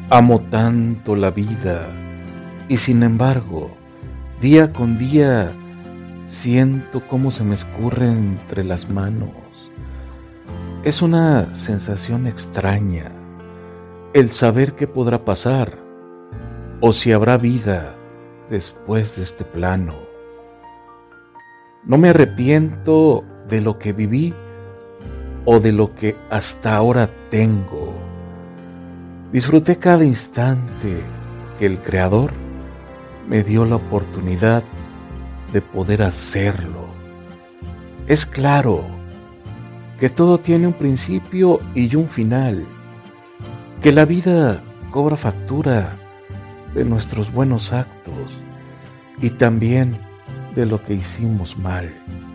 Amo tanto la vida y sin embargo, día con día, siento cómo se me escurre entre las manos. Es una sensación extraña el saber qué podrá pasar o si habrá vida después de este plano. No me arrepiento de lo que viví o de lo que hasta ahora tengo. Disfruté cada instante que el Creador me dio la oportunidad de poder hacerlo. Es claro que todo tiene un principio y un final, que la vida cobra factura de nuestros buenos actos y también de lo que hicimos mal.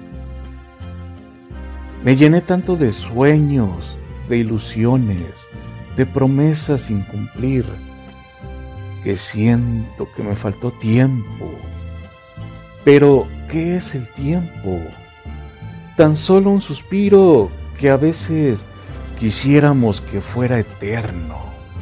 Me llené tanto de sueños, de ilusiones, de promesas sin cumplir, que siento que me faltó tiempo. Pero, ¿qué es el tiempo? Tan solo un suspiro que a veces quisiéramos que fuera eterno.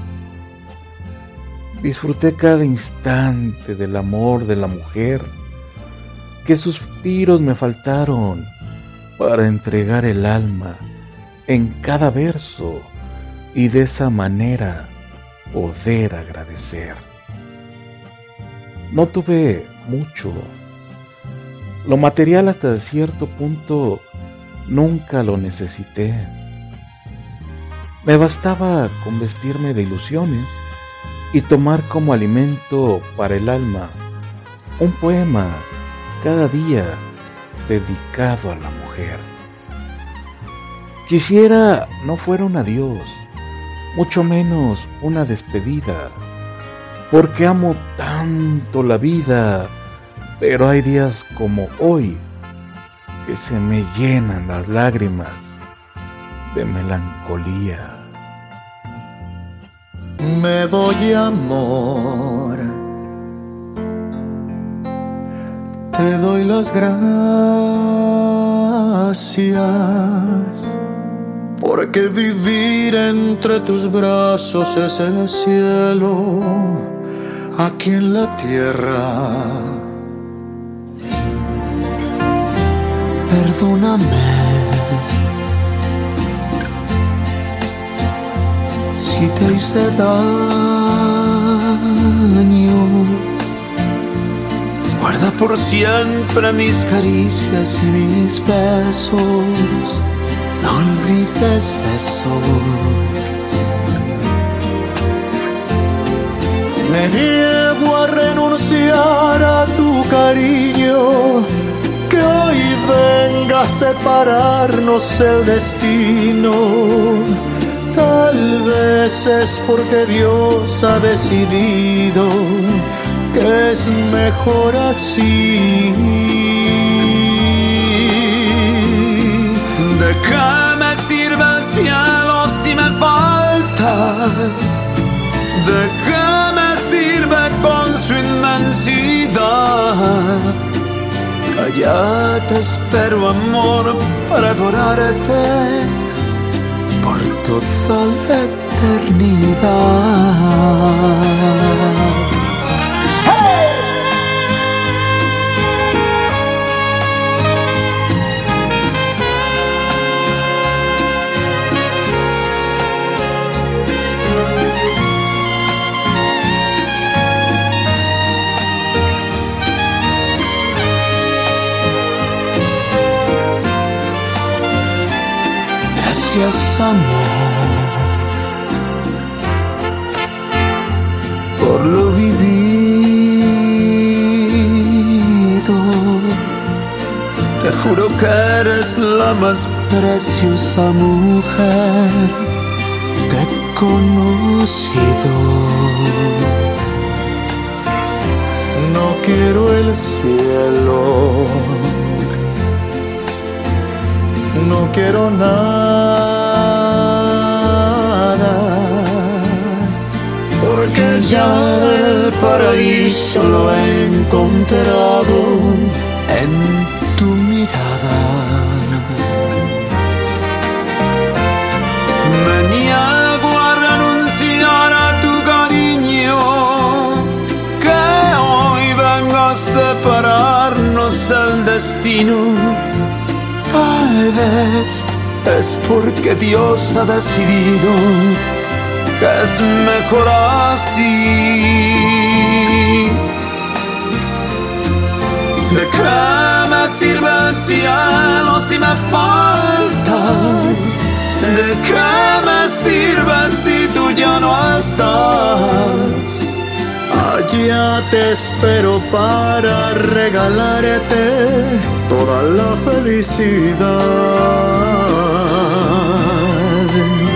Disfruté cada instante del amor de la mujer. Qué suspiros me faltaron para entregar el alma en cada verso y de esa manera poder agradecer. No tuve mucho. Lo material hasta cierto punto nunca lo necesité. Me bastaba con vestirme de ilusiones y tomar como alimento para el alma un poema cada día dedicado a la mujer. Quisiera no fuera un adiós, mucho menos una despedida, porque amo tanto la vida, pero hay días como hoy que se me llenan las lágrimas de melancolía. Me doy amor, te doy las gracias, porque vivir entre tus brazos es el cielo aquí en la tierra. Perdóname si te hice daño. Guarda por siempre mis caricias y mis besos. No olvides eso. Me niego a renunciar a tu cariño, que hoy venga a separarnos el destino. Tal vez es porque Dios ha decidido que es mejor así. ¿De qué me sirve el cielo si me faltas? ¿De qué me sirve con su inmensidad? Allá te espero, amor, para adorarte por toda la eternidad. Gracias, amor, por lo vivido. Te juro que eres la más preciosa mujer que he conocido. No quiero el cielo, no quiero nada, porque ya el paraíso lo he encontrado en tu mirada. Me niego a renunciar a tu cariño, destino. Tal vez es porque Dios ha decidido que es mejor así. ¿De qué me sirve el cielo si me faltas? ¿De qué me sirve si tú ya no estás? Allá te espero para regalarte toda la felicidad.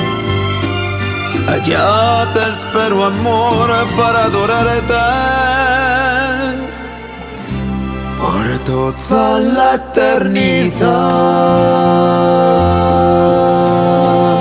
Allá te espero, amor, para adorarte por toda la eternidad.